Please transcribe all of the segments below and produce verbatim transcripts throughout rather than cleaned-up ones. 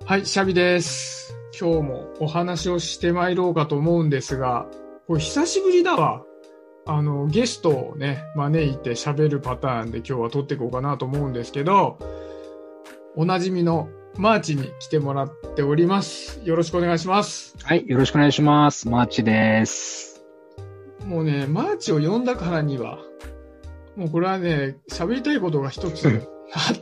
はい、シャビです。今日もお話をしてまいろうかと思うんですが、これ久しぶりだわ。あの、ゲストをね、招いて喋るパターンで今日は撮っていこうかなと思うんですけど、おなじみのマーチに来てもらっております。よろしくお願いします。 はい、よろしくお願いします。マーチです。 もうね、マーチを呼んだからには、もうこれはね、喋りたいことが一つあって、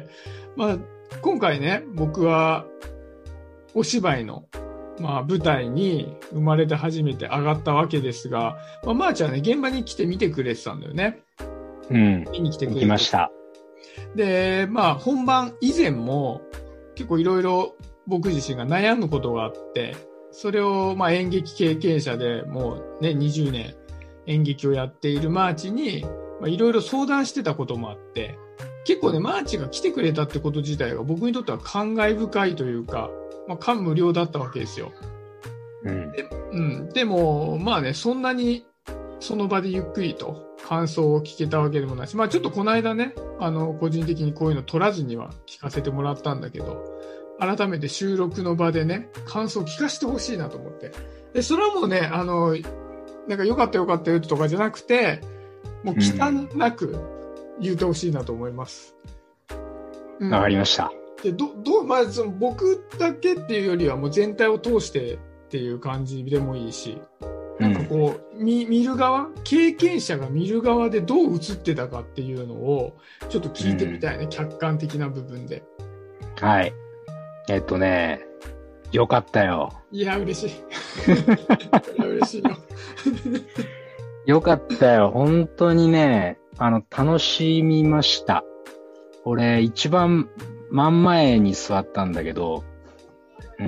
まあ、今回ね、僕はお芝居の、まあ、舞台に生まれて初めて上がったわけですが、まあ、マーチはね、現場に来て見てくれてたんだよね。 うん。 見に来てくれて。 行きました。 で、まあ、本番以前も結構いろいろ僕自身が悩むことがあって、それをまあ演劇経験者でもうね、にじゅうねん演劇をやっているマーチにいろいろ相談してたこともあって、結構ね、マーチが来てくれたってこと自体が僕にとっては感慨深いというか、まあ、感無量だったわけですよ。 うん。 で、うん、でも、まあね、そんなにその場でゆっくりと感想を聞けたわけでもないし、まあちょっとこの間ね、あの、個人的にこういうの取らずには聞かせてもらったんだけど、改めて収録の場でね、感想を聞かせてほしいなと思って。で、それはもうね、あの、なんか良かった良かったよとかじゃなくて、もう忌憚なく言ってほしいなと思います。 わ、うん、かりました。 で、ど、どう、まあ、その僕だけっていうよりはもう全体を通してっていう感じでもいいし、なんかこう、うん、見、見る側、経験者が見る側でどう映ってたかっていうのをちょっと聞いてみたいね、うん、客観的な部分で。 はい。えっとね、よかったよ。 いや、嬉しい。いや、嬉しいよ。 よかったよ。本当にね、あの、楽しみました。俺、一番真ん前に座ったんだけど、うん、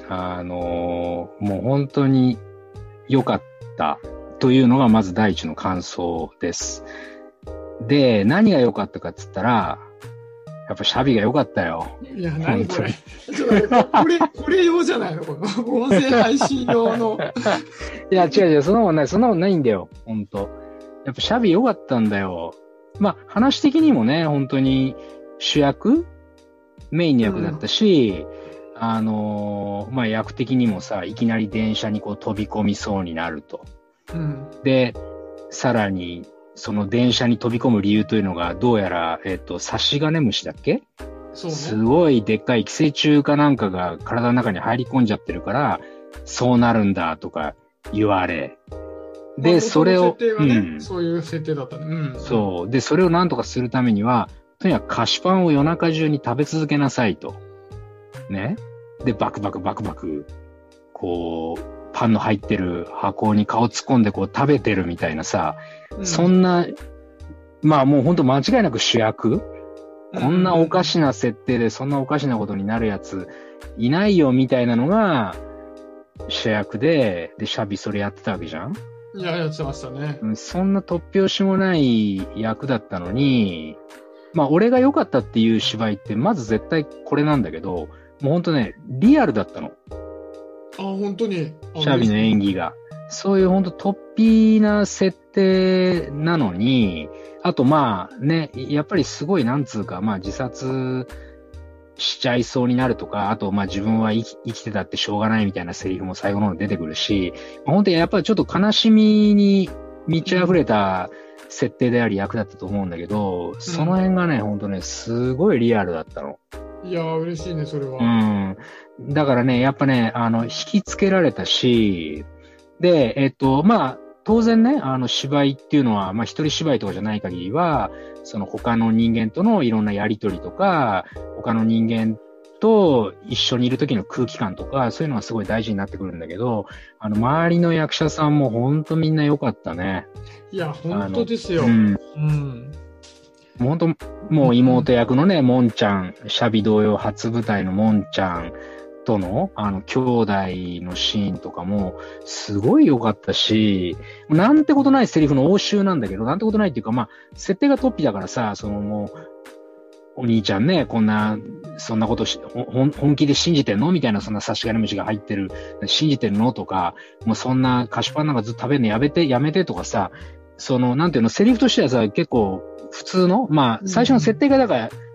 あのー、もう本当に良かったというのがまず第一の感想です。で、何が良かったかって言ったら、やっぱシャビが良かったよ。 いや、何これ。ちょっと待って、これ、これ用じゃないのこの音声配信用の。 いや、違う違う、そんなもんない、そんなもんないんだよ。ほんと。やっぱシャビ良かったんだよ。まあ、話的にもね、本当に主役メインの役だったし、うん、あのー、まあ、役的にもさ、いきなり電車にこう飛び込みそうになると。 うん、 で、さらに、その電車に飛び込む理由というのが、どうやら、えっと、サシガネムシだっけ？ そうね。 すごいでっかい寄生虫かなんかが体の中に入り込んじゃってるから、そうなるんだとか言われ。で、 まあ、 それを、 設定がね、うん、そういう設定だったね。うん。 そう。で、それをなんとかするためには、とにかく菓子パンを夜中中に食べ続けなさいと。ね。で、バクバクバクバク、こう、パンの入ってる箱に顔突っ込んでこう食べてるみたいなさ、うん、そんな、まあもうほんと間違いなく主役、こんなおかしな設定でそんなおかしなことになるやついないよみたいなのが主役で、で、シャビそれやってたわけじゃん？ いや、やってましたね。 そんな突拍子もない役だったのに、まあ俺が良かったっていう芝居ってまず絶対これなんだけど、もうほんとね、リアルだったの。 あ、本当に。 シャビの演技が。そういうほんと突飛な設定なのに、あとまあね、やっぱりすごいなんつうか、まあ自殺しちゃいそうになるとか、あとまあ自分は生き、生きてたってしょうがないみたいなセリフも最後の方に出てくるし、本当にやっぱりちょっと悲しみに満ち溢れた設定であり役だったと思うんだけど、うん、その辺がね、本当ね、すごいリアルだったの。 いやー、嬉しいね、それは。 うん。だからね、やっぱね、あの、引きつけられたし、で、えっと、まあ、当然ね、あの、芝居っていうのは、まあ、一人芝居とかじゃない限りは、その他の人間とのいろんなやりとりとか、他の人間と一緒にいる時の空気感とか、そういうのがすごい大事になってくるんだけど、あの、周りの役者さんもほんとみんな良かったね。 いや、ほんとですよ。 うん。 うん。 もうほんと、もう妹役のね、もんちゃん、シャビ同様初舞台のもんちゃんとの、あの、兄弟のシーンとかも、すごい良かったし、なんてことないセリフの応酬なんだけど、なんてことないっていうか、まあ、設定が突飛だからさ、そのもう、お兄ちゃんね、こんな、そんなことし、本気で信じてんのみたいな、そんな差し金虫が入ってる、信じてんのとか、もうそんな菓子パンなんかずっと食べるのやめて、やめてとかさ、その、なんていうの、セリフとしてはさ、結構、普通の、まあ、最初の設定がだから、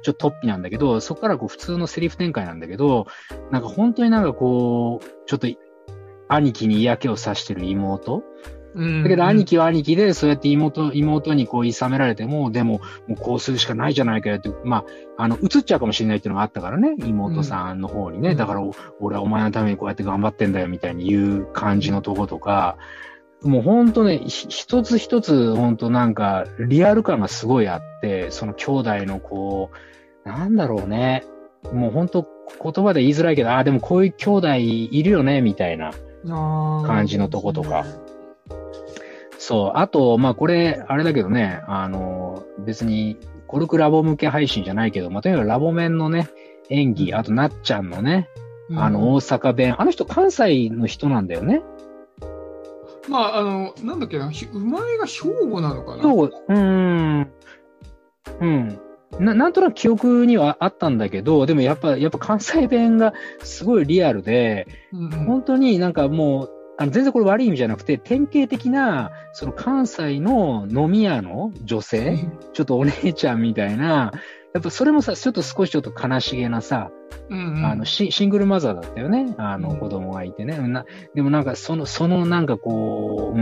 ちょっとトッピなんだけど、そこからこう普通のセリフ展開なんだけど、なんか本当になんかこう、ちょっと兄貴に嫌気をさしてる妹、だけど兄貴は兄貴で、そうやって妹、妹にこう、諌められても、でも、もうこうするしかないじゃないかよって、まあ、あの、映っちゃうかもしれないっていうのがあったからね、妹さんの方にね。うん、だから、俺はお前のためにこうやって頑張ってんだよ、みたいに言う感じのとことか、もうほんとね、一つ一つ、ほんとなんか、リアル感がすごいあって、その兄弟のこう、なんだろうね。もうほんと、言葉で言いづらいけど、ああ、でもこういう兄弟いるよね、みたいな感じのとことか。そう。あと、まあ、これ、あれだけどね、あの、別に、コルクラボ向け配信じゃないけど、まあ、とにかくラボ面のね、演技、あと、なっちゃんのね、うん、あの、大阪弁、あの人、関西の人なんだよね。 まあ、あの、なんだっけな、生まれが兵庫なのかな。 兵庫、うーん。うん。な、なんとなく記憶にはあったんだけど、でもやっぱ、やっぱ関西弁がすごいリアルで、うんうん、本当になんかもう、あの全然これ悪い意味じゃなくて、典型的な、その関西の飲み屋の女性、ちょっとお姉ちゃんみたいな、やっぱそれもさ、ちょっと少しちょっと悲しげなさ、うんうん、あのシ、シングルマザーだったよね。あの、子供がいてね。なでもなんか、その、そのなんかこう、うん、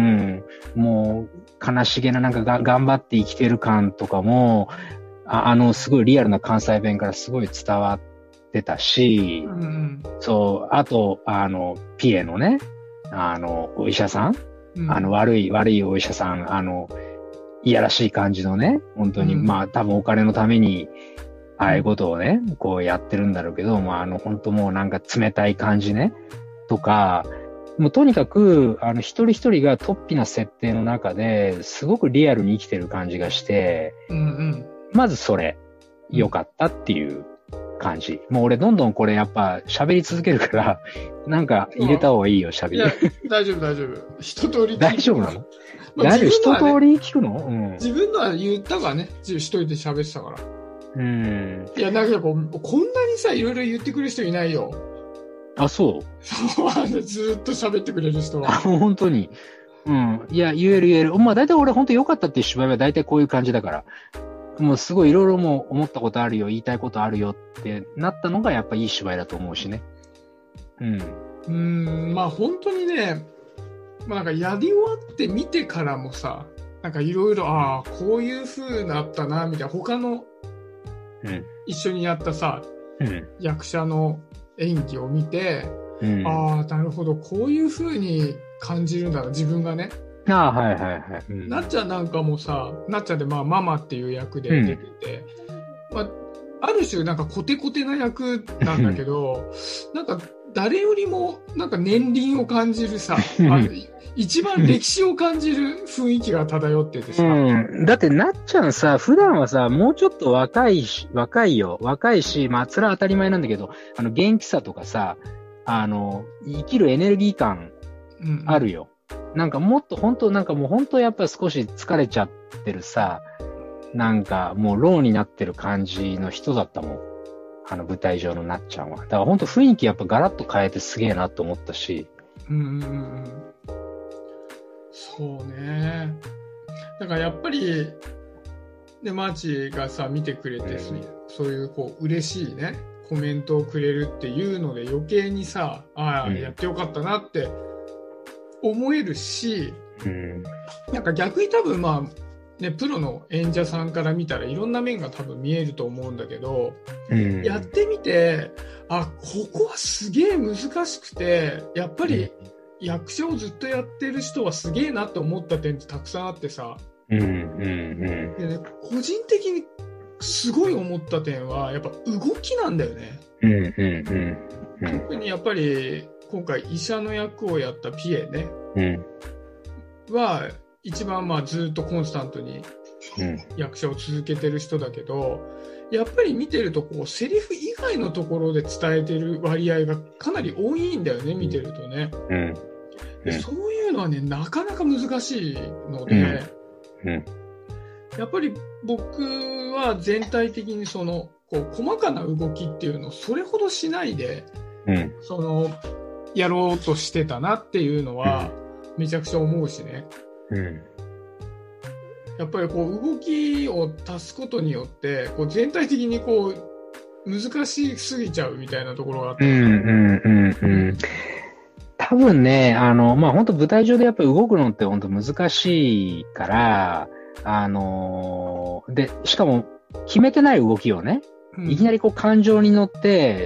もう、悲しげななんかが頑張って生きてる感とかも、あ, あの、すごいリアルな関西弁からすごい伝わってたし、うんうん、そう、あと、あの、ピエのね、あの、お医者さん、うん、あの、悪い、悪いお医者さん、あの、いやらしい感じのね、本当に、うん、まあ、多分お金のために、ああいうことをね、こうやってるんだろうけど、まあ、あの、本当もうなんか冷たい感じね、とか、もうとにかく、あの、一人一人が突飛な設定の中で、すごくリアルに生きてる感じがして、うんうん、まずそれ、良かったっていう感じ。もう俺どんどんこれやっぱ喋り続けるから、なんか入れた方がいいよ、喋り。 いや、大丈夫、大丈夫。一通り聞く。 大丈夫なの、まあ、大丈夫、一通り聞くの、うん、 自分のは言ったからね、一人で喋ってたから。 うん。 いや、なんかこう、こんなにさ、いろいろ言ってくれる人いないよ。 あ、そうそう、あの、ずーっと喋ってくれる人は。 あ、本当に。うん。いや、言える言える。まあ大体俺本当良かったっていう芝居は大体こういう感じだから。もうすごいいろいろもう思ったことあるよ、言いたいことあるよってなったのがやっぱいい芝居だと思うしね。うん。 うーん、まあ本当にね、まあなんかやり終わって見てからもさ、なんかいろいろ、ああ、こういう風だったな、みたいな、他の、うん、一緒にやったさ、うん、役者の演技を見て、うん、ああ、なるほど、こういう風に感じるんだな、自分がね。 ああ、はいはいはい。 うん、なっちゃんなんかもさ、なっちゃんでまあママっていう役で出てて、うん、まあ、ある種なんかコテコテな役なんだけど、なんか誰よりもなんか年輪を感じるさ、あ一番歴史を感じる雰囲気が漂っててさ。 うん。だってなっちゃんさ、普段はさ、もうちょっと若いし、若いよ。若いし、まあ、それは当たり前なんだけど、あの、元気さとかさ、あの、生きるエネルギー感、あるよ。うん、なんかもっと本当、なんかもう本当やっぱ少し疲れちゃってるさ、なんかもうローになってる感じの人だったもん。あの舞台上のなっちゃんは。だから本当雰囲気やっぱガラッと変えてすげえなと思ったし。 うんうんうん。そうね。だからやっぱり、で、マーチがさ、見てくれて、うん、そういうこう、嬉しいね、コメントをくれるっていうので余計にさ、ああ、うん、やってよかったなって思えるし、うん、なんか逆に多分まあ、ね、プロの演者さんから見たらいろんな面が多分見えると思うんだけど、うん、やってみて、あ、ここはすげえ難しくて、やっぱり役者をずっとやってる人はすげえなって思った点ってたくさんあってさ、うんうんうん、でね、個人的にすごい思った点はやっぱ動きなんだよね。うんうんうんうん、特にやっぱり今回医者の役をやったピエね、うん、は一番まあずっとコンスタントに役者を続けてる人だけど、うん、やっぱり見てるとこうセリフ以外のところで伝えてる割合がかなり多いんだよね、見てるとね、うんうん、でそういうのはねなかなか難しいので、うんうん、やっぱり僕は全体的にそのこう細かな動きっていうのをそれほどしないで、うん、そのやろうとしてたなっていうのはめちゃくちゃ思うしね。うん、 やっぱりこう動きを足すことによってこう全体的にこう難しすぎちゃうみたいなところがあったうんうんうんうん。多分ね、あの、まあ、本当舞台上でやっぱり動くのって本当難しいから、あのー、で、しかも決めてない動きをね、いきなりこう感情に乗って、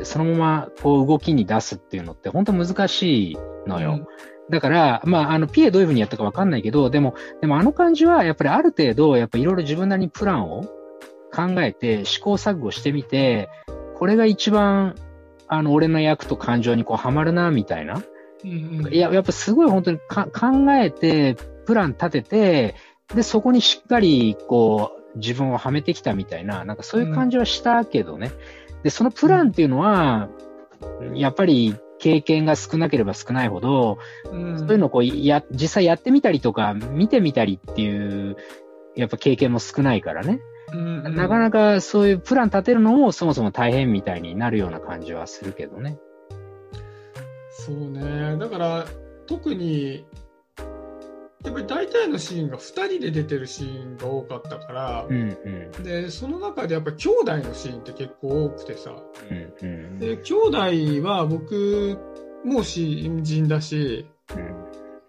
そのままこう動きに出すっていうのって本当難しいのよ。うん、だから、まあ、あの、ピエどういう風にやったかわかんないけど、でも、でもあの感じはやっぱりある程度、やっぱいろいろ自分なりにプランを考えて試行錯誤してみて、これが一番、あの、俺の役と感情にこうハマるな、みたいな。うんうん、いや、やっぱすごい本当にか考えて、プラン立てて、で、そこにしっかり、こう、自分をはめてきたみたいな、なんかそういう感じはしたけどね。うん、で、そのプランっていうのは、やっぱり経験が少なければ少ないほど、うん、そういうのをこう、や、実際やってみたりとか、見てみたりっていう、やっぱ経験も少ないからね。うんうん、なかなかそういうプラン立てるのもそもそも大変みたいになるような感じはするけどね。 そうね。だから、特に、やっぱり大体のシーンがふたりで出てるシーンが多かったから、うんうん、で、その中でやっぱり兄弟のシーンって結構多くてさ、うんうん、で、兄弟は僕も新人だし、うん、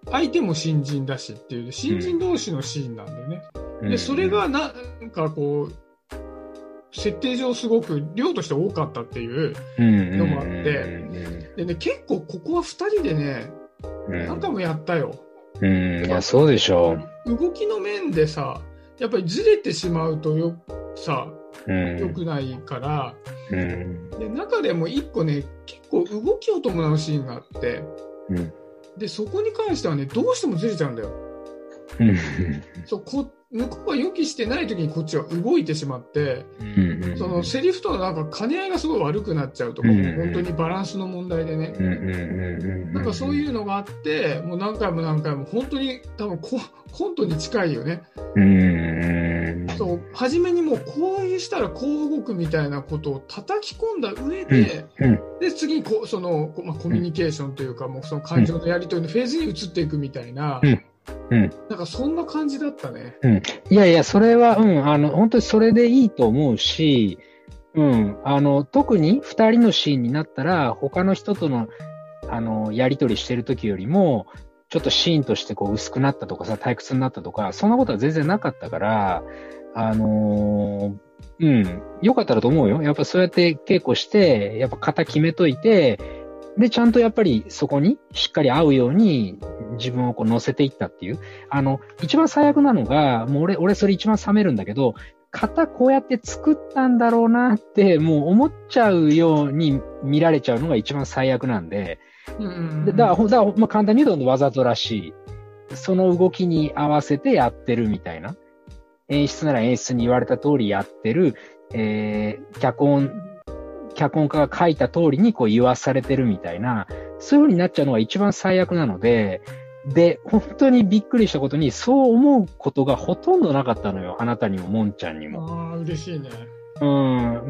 相手も新人だしっていう、新人同士のシーンなんだよね。うん、で、それがな、なんかこう、設定上すごく量として多かったっていうのもあって、でね、結構ここはふたりでね、何回もやったよ。 うん、いや、そうでしょう。動きの面でさ、やっぱりずれてしまうとよ、さ、うん、良くないから、うん、で、中でも一個ね、結構動きを伴うシーンがあって、うん、で、そこに関してはね、どうしてもずれちゃうんだよ。うん、そう、こ、向こうが予期してない時にこっちは動いてしまって、うんうん、そのセリフとのなんか兼ね合いがすごい悪くなっちゃうとか、うんうん、本当にバランスの問題でね、うんうんうん、なんかそういうのがあって、もう何回も何回も本当に多分コ、コントに近いよね。うんうん、そう、初めにもうこうしたらこう動くみたいなことを叩き込んだ上で、うんうん、で、次にこその、まあ、コミュニケーションというか、もうその感情のやり取りのフェーズに移っていくみたいな、うんうん。なんかそんな感じだったね。 うん。いやいや、それは、うん、あの、本当にそれでいいと思うし、うん、あの、特に二人のシーンになったら、他の人との、あの、やりとりしてる時よりも、ちょっとシーンとしてこう薄くなったとかさ、退屈になったとか、そんなことは全然なかったから、あのー、うん、よかったらと思うよ。やっぱそうやって稽古して、やっぱ型決めといて、で、ちゃんとやっぱりそこにしっかり合うように自分をこう乗せていったっていう。あの、一番最悪なのが、もう俺、俺それ一番冷めるんだけど、型こうやって作ったんだろうなって、もう思っちゃうように見られちゃうのが一番最悪なんで、うんうんうん、だから、だからまあ、簡単に言うとわざとらしい。その動きに合わせてやってるみたいな。演出なら演出に言われた通りやってる、えー、脚本、脚本家が書いた通りにこう言わされてるみたいな、そういう風になっちゃうのが一番最悪なので、で、本当にびっくりしたことに、そう思うことがほとんどなかったのよ。あなたにも、もんちゃんにも。 ああ、嬉しいね。 うん。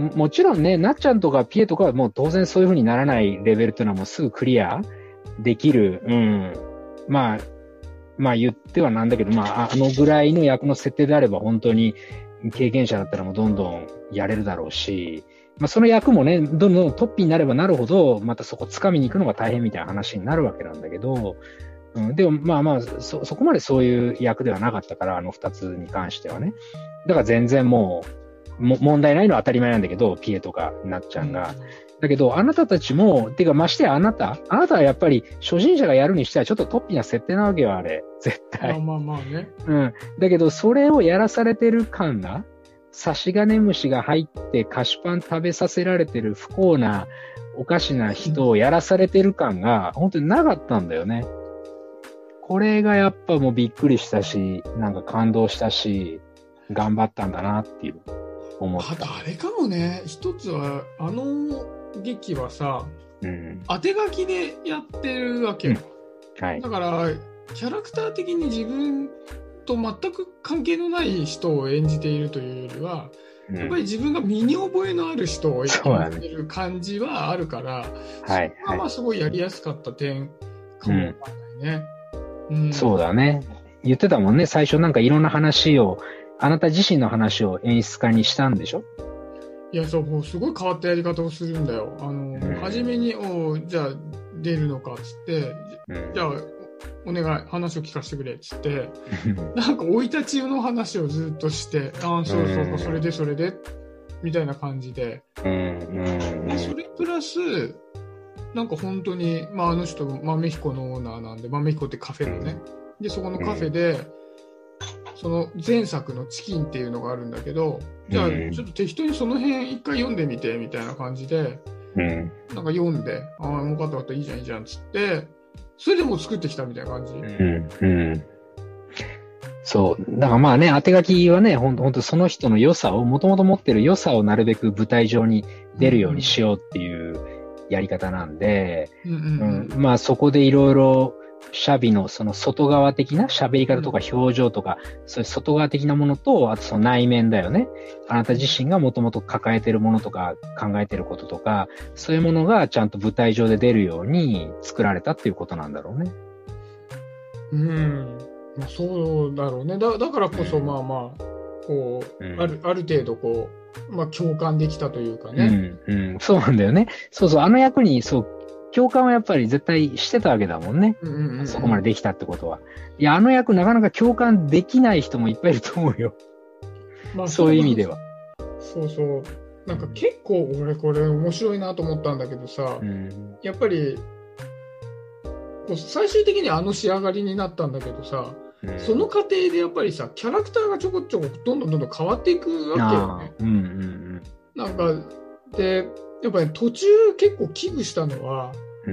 もちろんね、なっちゃんとかピエとかはもう当然そういう風にならないレベルっていうのはもうすぐクリアできる。うん。まあ、まあ言ってはなんだけど、まあ、あのぐらいの役の設定であれば本当に経験者だったらもうどんどんやれるだろうし、まあその役もね、どんどんトッピーになればなるほど、またそこ掴みに行くのが大変みたいな話になるわけなんだけど、うん、でもまあまあ、そ、そこまでそういう役ではなかったから、あの二つに関してはね。だから全然もう、も問題ないのは当たり前なんだけど、ピエとかなっちゃんが。うんだけど、あなたたちも、てか、ましてやあなた、あなたはやっぱり、初心者がやるにしてはちょっとトッピーな設定なわけよ、あれ。絶対。 まあまあまあね。 うん。だけど、それをやらされてる感が、差し金虫が入って菓子パン食べさせられてる不幸な、おかしな人をやらされてる感が、本当になかったんだよね。これがやっぱもうびっくりしたし、なんか感動したし、頑張ったんだなっていう思った。 あとあれかもね、一つは、あの、劇はさ、うん、当て書きでやってるわけよ、うんはい、だからキャラクター的に自分と全く関係のない人を演じているというよりは、うん、やっぱり自分が身に覚えのある人を演じている感じはあるから、それはまあすごいやりやすかった点かもわかんないね、 うんうん、そうだね。 言ってたもんね。最初なんかいろんな話を、あなた自身の話を演出家にしたんでしょ？ いや、そう、もうすごい変わったやり方をするんだよ。あの、 うん初めに、おじゃあ出るのかっつって、 うんじゃあお願い、話を聞かせてくれっつって、なんか生い立ちの話をずっとして、ああ、そうそう、それでそれで、みたいな感じで。 うんうんで、それプラス、なんか本当に、まあ、あの人、豆彦のオーナーなんで、豆彦ってカフェのね。で、そこのカフェで、その前作のチキンっていうのがあるんだけど、じゃあちょっと適当にその辺一回読んでみてみたいな感じで、 うん、 なんか読んで、ああ、よかったよかった、いいじゃんいいじゃんっつって、それでもう作ってきたみたいな感じ。 うんうん、そう。だからまあね、当て書きはね、ほんと、ほんとその人の良さを、もともと持ってる良さをなるべく舞台上に出るようにしようっていうやり方なんで、 うんうんうん、まあそこでいろいろ、シャビのその外側的な喋り方とか表情とか、うん、そういう外側的なものと、あとその内面だよね。あなた自身がもともと抱えてるものとか考えてることとか、そういうものがちゃんと舞台上で出るように作られたっていうことなんだろうね。 うん。まあそうだろうね。だ、だからこそまあまあ、こう、うん、ある、ある程度こう、まあ共感できたというかね。 うん、うん。そうなんだよね。そうそう、あの役に、そう、共感はやっぱり絶対してたわけだもんね。 うんうんうん、 そこまでできたってことは。いや、あの役なかなか共感できない人もいっぱいいると思うよ。まあ、そういう意味では。 そうそう。なんか結構俺これ面白いなと思ったんだけどさ、うん、やっぱり、最終的にあの仕上がりになったんだけどさ、うん、その過程でやっぱりさ、キャラクターがちょこちょこどんどんどんどん変わっていくわけよね。うんうんうん、なんか、で、やっぱり、ね、途中結構危惧したのは、うん、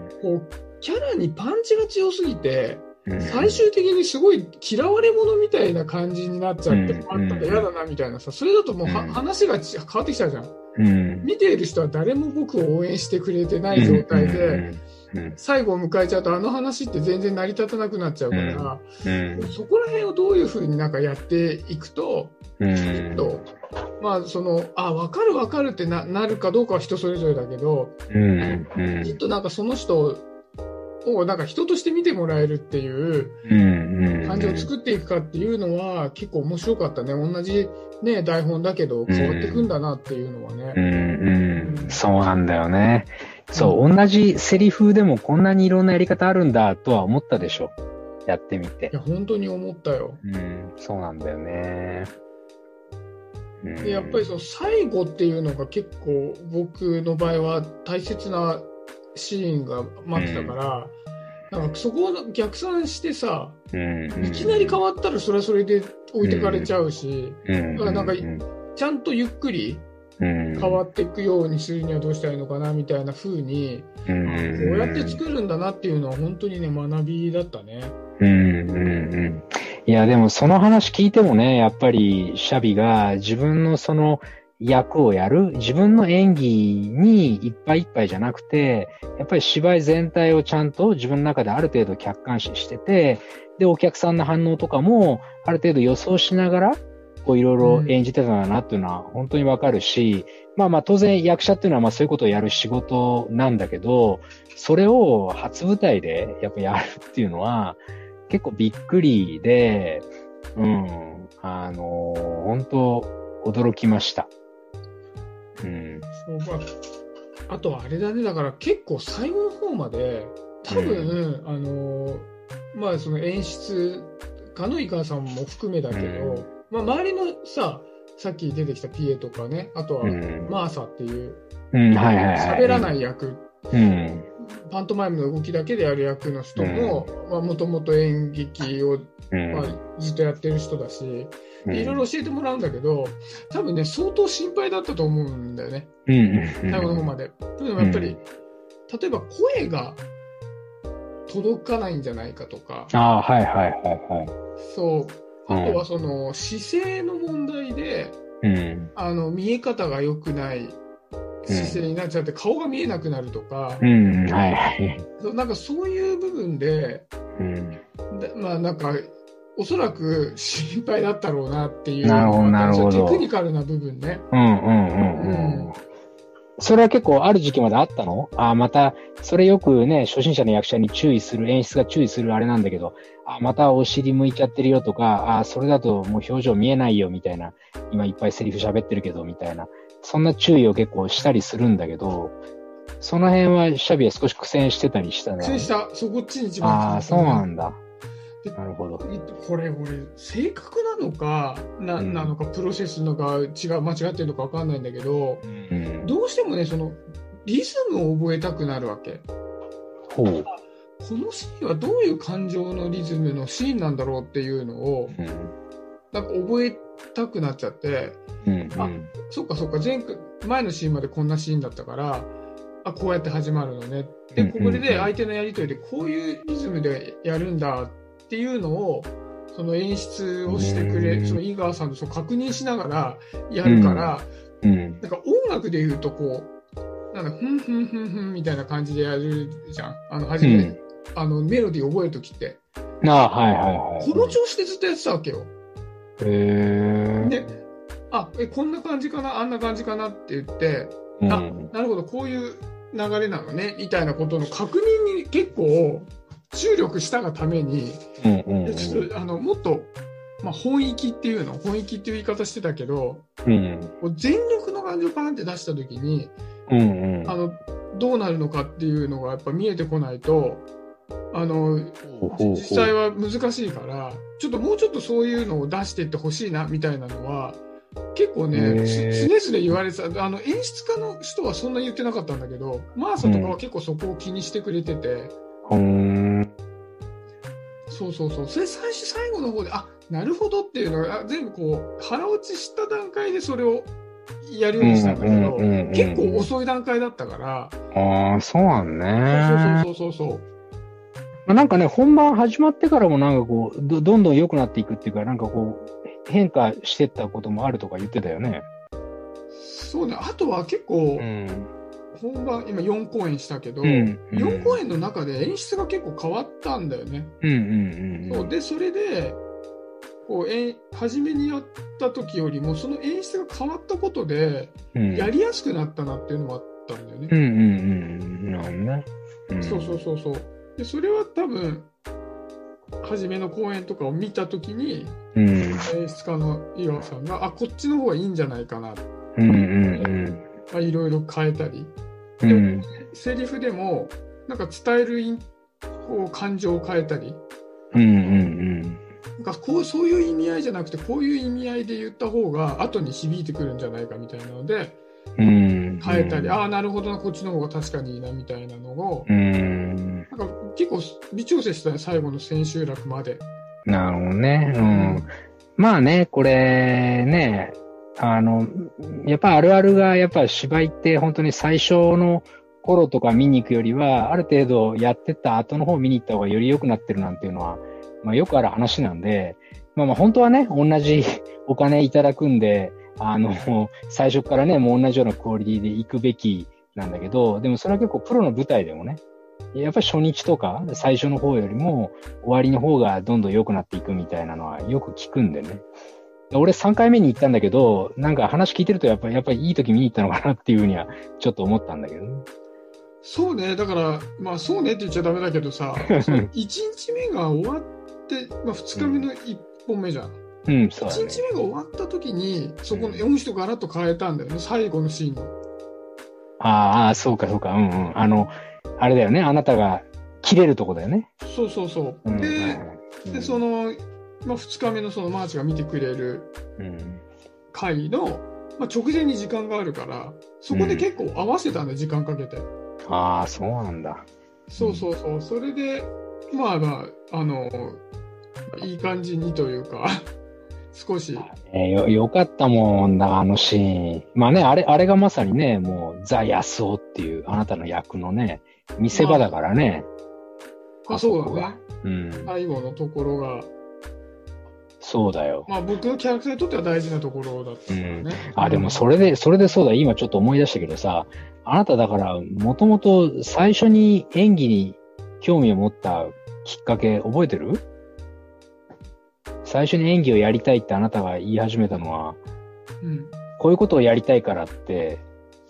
こうキャラにパンチが強すぎて、うん、最終的にすごい嫌われ者みたいな感じになっちゃって、うん、あったら嫌だなみたいなさ、それだともう、うん、話が変わってきちゃうじゃん、うん。見ている人は誰も僕を応援してくれてない状態で、うん、最後を迎えちゃうとあの話って全然成り立たなくなっちゃうから、うん、そこら辺をどういう風になんかやっていくと、うん、きっと、まあそのあ分かる分かるって な, なるかどうかは人それぞれだけど、うんうん、きっとなんかその人をなんか人として見てもらえるっていう感じを作っていくかっていうのは結構面白かったね。同じね台本だけど変わっていくんだなっていうのはね。 うんうんうん、そうなんだよね。そう、うん、同じセリフでもこんなにいろんなやり方あるんだとは思ったでしょ。やってみて。 いや本当に思ったよ。 うん、そうなんだよね。 でやっぱりその最後っていうのが結構僕の場合は大切なシーンが待ってたから、うん、なんかそこを逆算してさ、うん、いきなり変わったらそれはそれで置いてかれちゃうし、うん、だからなんかちゃんとゆっくり変わっていくようにするにはどうしたらいいのかなみたいな風に、うん、こうやって作るんだなっていうのは本当にね学びだったね。 うんうんうん、いやでもその話聞いてもね、やっぱりシャビが自分のその役をやる、自分の演技にいっぱいいっぱいじゃなくて、やっぱり芝居全体をちゃんと自分の中である程度客観視してて、でお客さんの反応とかもある程度予想しながらこういろいろ演じてたんだなっていうのは本当にわかるし、まあまあ当然役者っていうのはまあそういうことをやる仕事なんだけど、それを初舞台でやっぱやるっていうのは結構びっくりで、うん、あのー、本当驚きました。うん。 そう、まあ、あとはあれだね、だから結構最後の方まで、多分、うん、あのー、まあその演出家の井川さんも含めだけど、うんまあ、周りのさ、さっき出てきたピエとかね、あとはマーサっていう、うんはいはいはい、喋らない役、うん、パントマイムの動きだけでやる役の人も、もともと演劇を、まあ、ずっとやってる人だし、いろいろ教えてもらうんだけど、多分ね、相当心配だったと思うんだよね。うん、最後の方まで。でもやっぱり、例えば声が届かないんじゃないかとか。 ああ、はいはいはいはい。 そう。あとはその姿勢の問題で、うん、あの見え方が良くない姿勢になっちゃって顔が見えなくなるとか、うんはいはい、なんかそういう部分で、うん、まあなんかおそらく心配だったろうなっていう、 なるほどなるほど、 テクニカルな部分ね。 うんうんうんうん。 それは結構ある時期まであったの？あ、また、それよくね、初心者の役者に注意する、演出が注意するあれなんだけど、あ、またお尻向いちゃってるよとか、あ、それだともう表情見えないよみたいな、今いっぱいセリフ喋ってるけど、みたいな。そんな注意を結構したりするんだけど、その辺はシャビは少し苦戦してたりしたね。 苦戦した。そこっちに一番ああ、そうなんだ。なるほど。 これ、俺、性格なのか、な、うん、なのか、プロセスのか、違う、間違ってるのかわかんないんだけど、うん、どうしてもね、その、リズムを覚えたくなるわけ。 ほう。 このシーンはどういう感情のリズムのシーンなんだろうっていうのを、うん、なんか覚えたくなっちゃって、うんうん、あ、そっかそっか、前回、前のシーンまでこんなシーンだったから、あ、こうやって始まるのね。で、ここで相手のやりとりでこういうリズムでやるんだっていうのを、その演出をしてくれ、その井川さんとそう確認しながらやるから、うんうん、なんか音楽で言うとこう、なんだ、ふんふんふんふんみたいな感じでやるじゃん。あの、初め、うん、あの、メロディー覚えるときって。 ああ、はいはいはい。 この調子でずっとやってたわけよ。 へー。 で、あ、え、こんな感じかな、あんな感じかなって言って、うん、あ、なるほど、こういう流れなのね、みたいなことの確認に結構注力したがために、うんうんうん、ちょっとあのもっと、まあ、本域っていうの、本域っていう言い方してたけど、うん、全力の感情をパンって出したときに、うんうん、あの、どうなるのかっていうのがやっぱ見えてこないと、あの、実際は難しいから、ちょっともうちょっとそういうのを出していってほしいな、みたいなのは、結構ね、常々言われてた。あの、演出家の人はそんな言ってなかったんだけど、マーサとかは結構そこを気にしてくれてて。うん、そうそうそう。それ最初、最後の方で、あ、なるほどっていうのが、全部こう、腹落ちした段階でそれをやるようにしたんだけど、結構遅い段階だったから。 ああ、そうなんね。 そうそうそうそうそう。 なんかね、本番始まってからもなんかこう、ど、どんどん良くなっていくっていうか、なんかこう、変化してったこともあるとか言ってたよね。 そうね。あとは結構、うん、本番、今よん公演したけど、うんうん、よん公演の中で演出が結構変わったんだよね。うんうんうん、そうで、それで、こう、え初めにやった時よりも、その演出が変わったことで、やりやすくなったなっていうのもあったんだよね。 うんうんうん。なるほどね。 うん、そうそうそうそう。で、それは多分、初めの公演とかを見たときに、うん、演出家の井川さんが、あ、こっちの方がいいんじゃないかな。うんうんうんまあ、いろいろ変えたり。で、うん、セリフでも、なんか伝えるこう感情を変えたり。うんうんうん。なんかこう、そういう意味合いじゃなくて、こういう意味合いで言った方が、後に響いてくるんじゃないかみたいなので、うん変えたり、ああ、なるほどな、こっちの方が確かにいいな、みたいなのを、うんなんか結構微調整したね、最後の千秋楽まで。 なるほどね。うん。まあね、これね、あの、やっぱあるあるが、やっぱ芝居って本当に最初の頃とか見に行くよりは、ある程度やってった後の方見に行った方がより良くなってるなんていうのは、まあよくある話なんで、まあまあ本当はね、同じお金いただくんで、あの、最初からね、もう同じようなクオリティで行くべきなんだけど、でもそれは結構プロの舞台でもね、やっぱり初日とか最初の方よりも終わりの方がどんどん良くなっていくみたいなのはよく聞くんでね。俺さんかいめに行ったんだけど、なんか話聞いてるとやっぱり、やっぱりいい時見に行ったのかなっていうふうにはちょっと思ったんだけどね。 そうね。だから、まあそうねって言っちゃダメだけどさ、いちにちめが終わって、まあふつかめのいっぽんめじゃん。うん、そうだね。いちにちめが終わった時に、そこのよん人ガラッと変えたんだよね、最後のシーンの。 ああ、そうかそうか、うんうん。あの、あれだよね、あなたが切れるとこだよね。 そうそうそう。うん、で、うん、で、その、まあ、ふつかめのそのマーチが見てくれる回の、まあ、直前に時間があるから、そこで結構合わせたんだ、うん、時間かけて。 ああ、そうなんだ。 そうそうそう。うん、それで、まあまあ、あの、いい感じにというか、少し。 えー、よ、よかったもんだ、あのシーン。まあね、あれ、あれがまさにね、もう、ザ・ヤスオっていう、あなたの役のね、見せ場だからね。 まあ、あそうだね。うん。最後のところが。 そうだよ。 まあ僕のキャラクターにとっては大事なところだったからね。 うん、あ、でもそれで、それでそうだ、今ちょっと思い出したけどさ、あなただから、もともと最初に演技に興味を持ったきっかけ覚えてる？最初に演技をやりたいってあなたが言い始めたのは、うん、こういうことをやりたいからって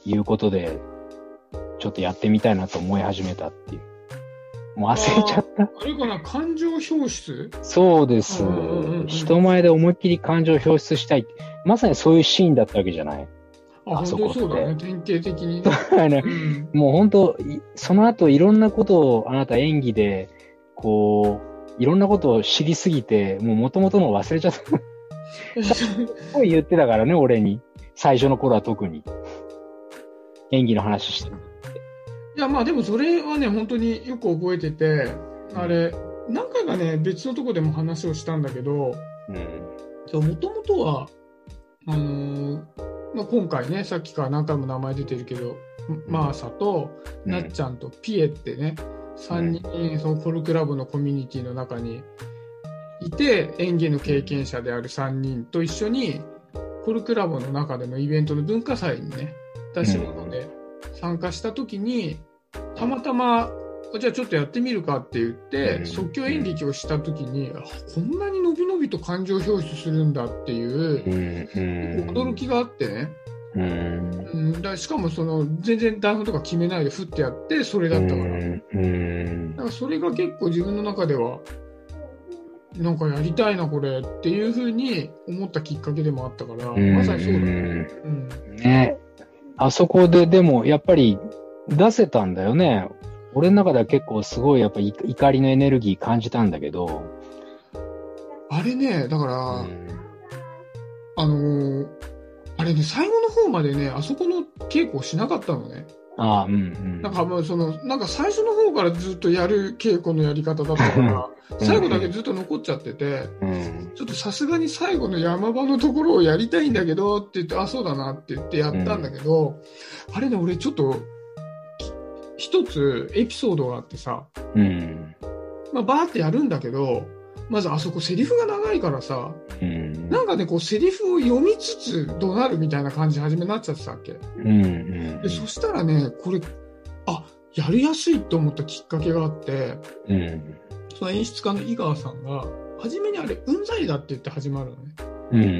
いうことで、ちょっとやってみたいなと思い始めたっていう。もう忘れちゃった。 あれかな、感情表出？ そうです。人前で思いっきり感情を表出したい。まさにそういうシーンだったわけじゃない。 あ、あそこって。そうだね、典型的に、 ねうん、もう本当、その後いろんなことをあなた演技で、こう、いろんなことを知りすぎて、もう元々の忘れちゃった。すごい言ってたからね、俺に。最初の頃は特に。演技の話してる。 いや、まあでもそれはね、本当によく覚えてて、あれ、何回かね、別のとこでも話をしたんだけど、もともとは、あのーまあ、今回ね、さっきから何回も名前出てるけど、マーサと、なっちゃんとピエってね、さんにん、そのコルクラボのコミュニティの中にいて、演技の経験者であるさんにんと一緒に、コルクラボの中でのイベントの文化祭にね、出し物で参加した時に、たまたま、じゃあちょっとやってみるかって言って、即興演劇をした時に、こんなに伸び伸びと感情表出するんだっていう、驚きがあってね。うん、だしかもその全然台本とか決めないで振ってやってそれだったから、だからそれが結構自分の中ではなんかやりたいなこれっていうふうに思ったきっかけでもあったから、まさにそうだね。うん、 ね、あそこででもやっぱり出せたんだよね。俺の中では結構すごいやっぱり怒りのエネルギー感じたんだけど、 あれね、だから、うん、あのー、あれね、最後の方までね、あそこの稽古をしなかったのね。 ああ、うんうん。 なんかもうその、なんか最初の方からずっとやる稽古のやり方だったから、最後だけずっと残っちゃってて、うん、ちょっとさすがに最後の山場のところをやりたいんだけどって言って、あ、そうだなって言ってやったんだけど、うん、あれね、俺ちょっと、一つエピソードがあってさ、うん、まあバーってやるんだけど、まずあそこセリフが長いからさ、うん、なんかね、こうセリフを読みつつ怒鳴るみたいな感じ初めになっちゃってたわけ。うんうん、でそしたらね、これ、あ、やりやすいと思ったきっかけがあって、うん、その演出家の井川さんが、初めにあれ、うんざりだって言って始まるのね。うんうんうん、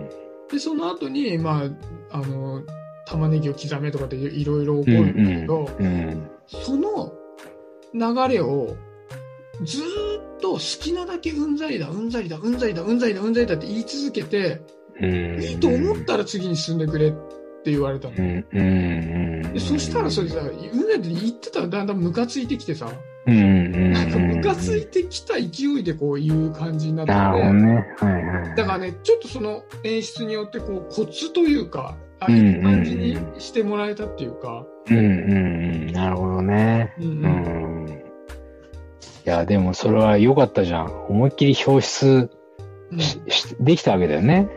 で、その後に、まあ、あの、玉ねぎを刻めとかでいろいろ起こるんだけど、うんうんうん、その流れをずーっと好きなだけうんざりだ、うんざりだ、うんざりだ、うんざりだ、うんざりだって言い続けて、いいと思ったら次に進んでくれって言われたの。でそしたらそれさ、うんざりって言ってたらだんだんムカついてきてさ、なんかムカついてきた勢いでこういう感じになってて、ねはいはい、だからね、ちょっとその演出によってこうコツというか、ああいう感じにしてもらえたっていうか。 うんうんうん、なるほどね。うんうんうん、いや、でもそれは良かったじゃん。思いっきり表出し、うん、しできたわけだよね。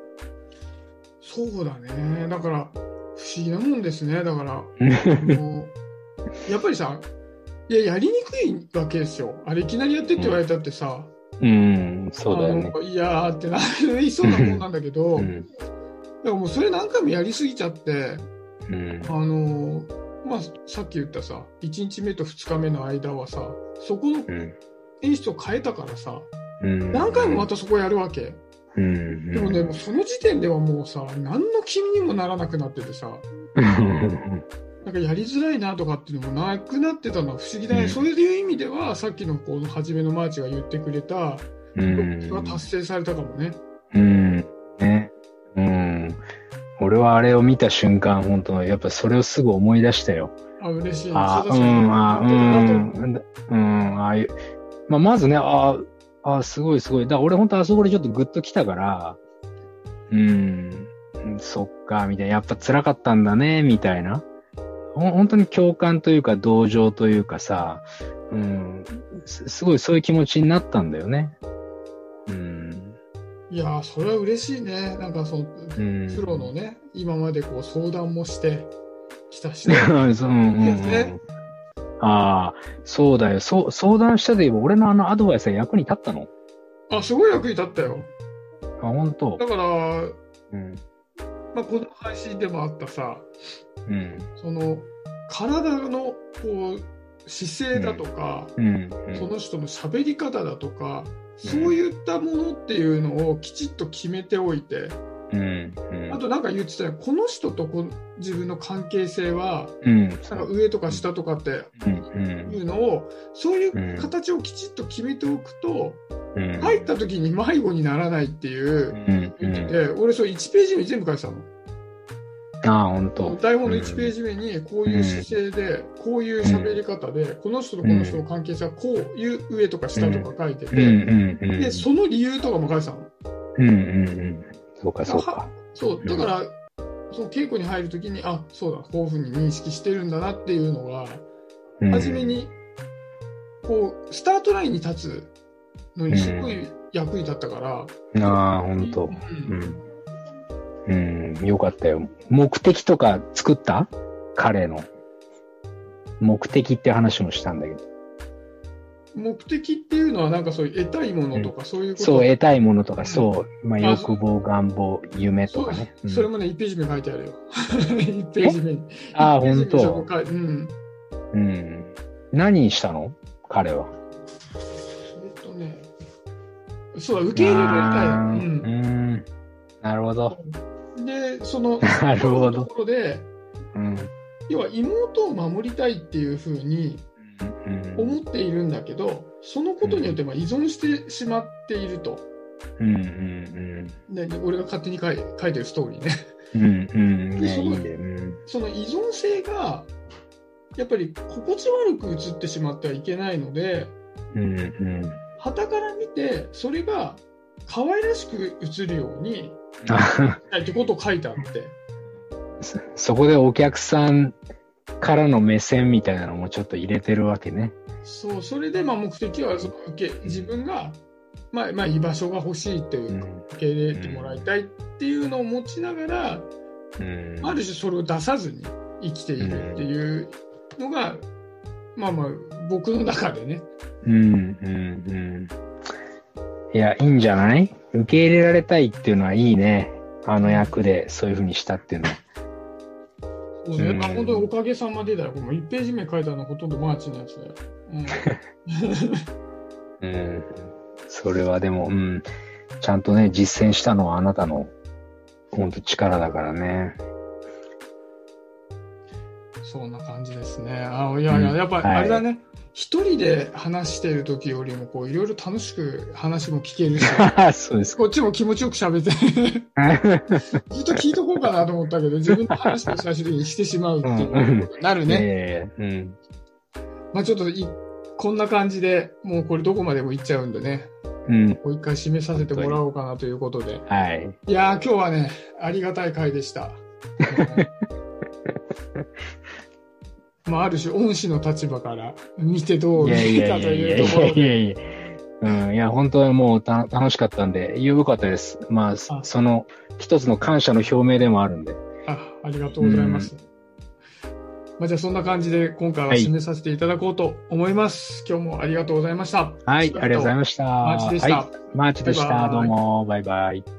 そうだね。だから、不思議なもんですね。だから、もうやっぱりさ、いや、やりにくいわけですよ。あれ、いきなりやってって言われたってさ、 うん、うん、そうだよね。 いやーってなりそうなもんなんだけど、うんだからもうそれ何回もやりすぎちゃって、うん、あのー、まあ、さっき言ったさ、いちにちめとふつかめの間はさ、そこの演出を変えたからさ、うん、何回もまたそこやるわけ。うん、でもね、もうその時点ではもうさ、何の気にもならなくなっててさ、なんかやりづらいなとかっていうのもなくなってたのは不思議だね。うん、そういう意味では、さっきのこの初めのマーチが言ってくれた、うん、が達成されたかもね。 うん。ね。うん。俺はあれを見た瞬間、本当やっぱそれをすぐ思い出したよ。 あ、嬉しい。 あ、うん、あ、うん、うん、ああいう。まあ、まずね、ああ、すごいすごい。だから俺本当あそこでちょっとグッと来たから、うん、そっか、みたいな。やっぱ辛かったんだね、みたいな。ほ本当に共感というか同情というかさ、うん、す, すごいそういう気持ちになったんだよね。うん。 いやー、それは嬉しいね。なんかそう、うん、プロのね、今までこう相談もしてきたしね。そう、うんうんね、ああ、そうだよ。そう、相談したで言えば、俺のあのアドバイスが役に立ったの？ あ、すごい役に立ったよ。 あ、本当。 だから、うん、まあ、この配信でもあったさ、うん、その、体のこう、姿勢だとか、うんうんうん、その人の喋り方だとか、そういったものっていうのをきちっと決めておいて、 うんうん、 あとなんか言ってたよ、この人とこ自分の関係性は、 うん、 なんか上とか下とかっていうのを、そういう形をきちっと決めておくと、うん、入った時に迷子にならないっていう言ってて、うん、俺それいちページ目に全部書いてたの。 ああ、本当。 台本のいちページ目にこういう姿勢で、うん、こういう喋り方で、この人とこの人の関係性はこういう上とか下とか書いてて、で、その理由とかも書いてたの。 うんうんうん。そうか、そうか。 そう、だから、その稽古に入るときに、あ、そうだ、こういうふうに認識してるんだなっていうのが、うん、初めに、こう、スタートラインに立つのにすごい役に立ったから。 うん、ああ、ほんと。うん。うん、よかったよ。目的とか作った？彼の。目的って話もしたんだけど。 目的っていうのはなんかそういう得たいものとかそういうこと、 うん、そう、得たいものとか、そう。まあ、欲望、願望、夢とかね。 そ, それもね、いちページ目書いてあるよ。いちページ目に。 ああ、ほんと。 うん。 うん。何したの？彼は。 えっとね、そうだ、受け入れられたい。うん。 うん。なるほど。 で、その、 なるほど。 ところで、 うん、 要は妹を守りたいっていうふうに思っているんだけど、そのことによってまあ依存してしまっていると。 うんうんうん。 で、俺が勝手に書い書いてるストーリーね。 うんうん。 でその、 いいね、うん、 その依存性が、やっぱり心地悪く映ってしまってはいけないので、 うんうん。 傍から見て、それが可愛らしく映るようにしたいってことを書いてあって。 そ, そこでお客さんからの目線みたいなのもちょっと入れてるわけね。 そう、それでまあ目的はその受け自分が、まあ、まあ居場所が欲しいというか、受け入れてもらいたいっていうのを持ちながら、うん、ある種それを出さずに生きているっていうのが、うん、まあまあ僕の中でね。 うんうんうん。いや、いいんじゃない？受け入れられたいっていうのはいいね。あの役でそういう風にしたっていうのは。 そうね、うん、まあ、本当におかげさまでだよ。もういちページ目書いたのはほとんどマーチのやつだよ。 うん。うん。それはでも、うん。ちゃんとね、実践したのはあなたの、本当力だからね。 そんな感じですね。あ、いやいや、やっぱりあれだね。はい、一人で話してる時よりも、こう、いろいろ楽しく話も聞けるし。 そうです。 こっちも気持ちよく喋ってずっと聞いとこうかなと思ったけど、自分の話を最終的にしてしまうっていうことになるね。 うん。うん、 まあちょっとい、こんな感じで、もうこれどこまでも行っちゃうんでね。 うん。 もう一回締めさせてもらおうかなということで。 はい。 いやー、今日はね、ありがたい回でした。まあ、ある種、恩師の立場から見てどう見えたというところで。 いやいやいやいやいや。うん、いや、本当にもうた楽しかったんで、よかったです。まあ、あその、一つの感謝の表明でもあるんで。 あ、ありがとうございます。うん、まあ、じゃあ、そんな感じで、今回は締めさせていただこうと思います。はい、今日もありがとうございました。 はい、ありがとうございました。 マーチでした。 はい、マーチでした。バイバイ。どうも、バイバイ。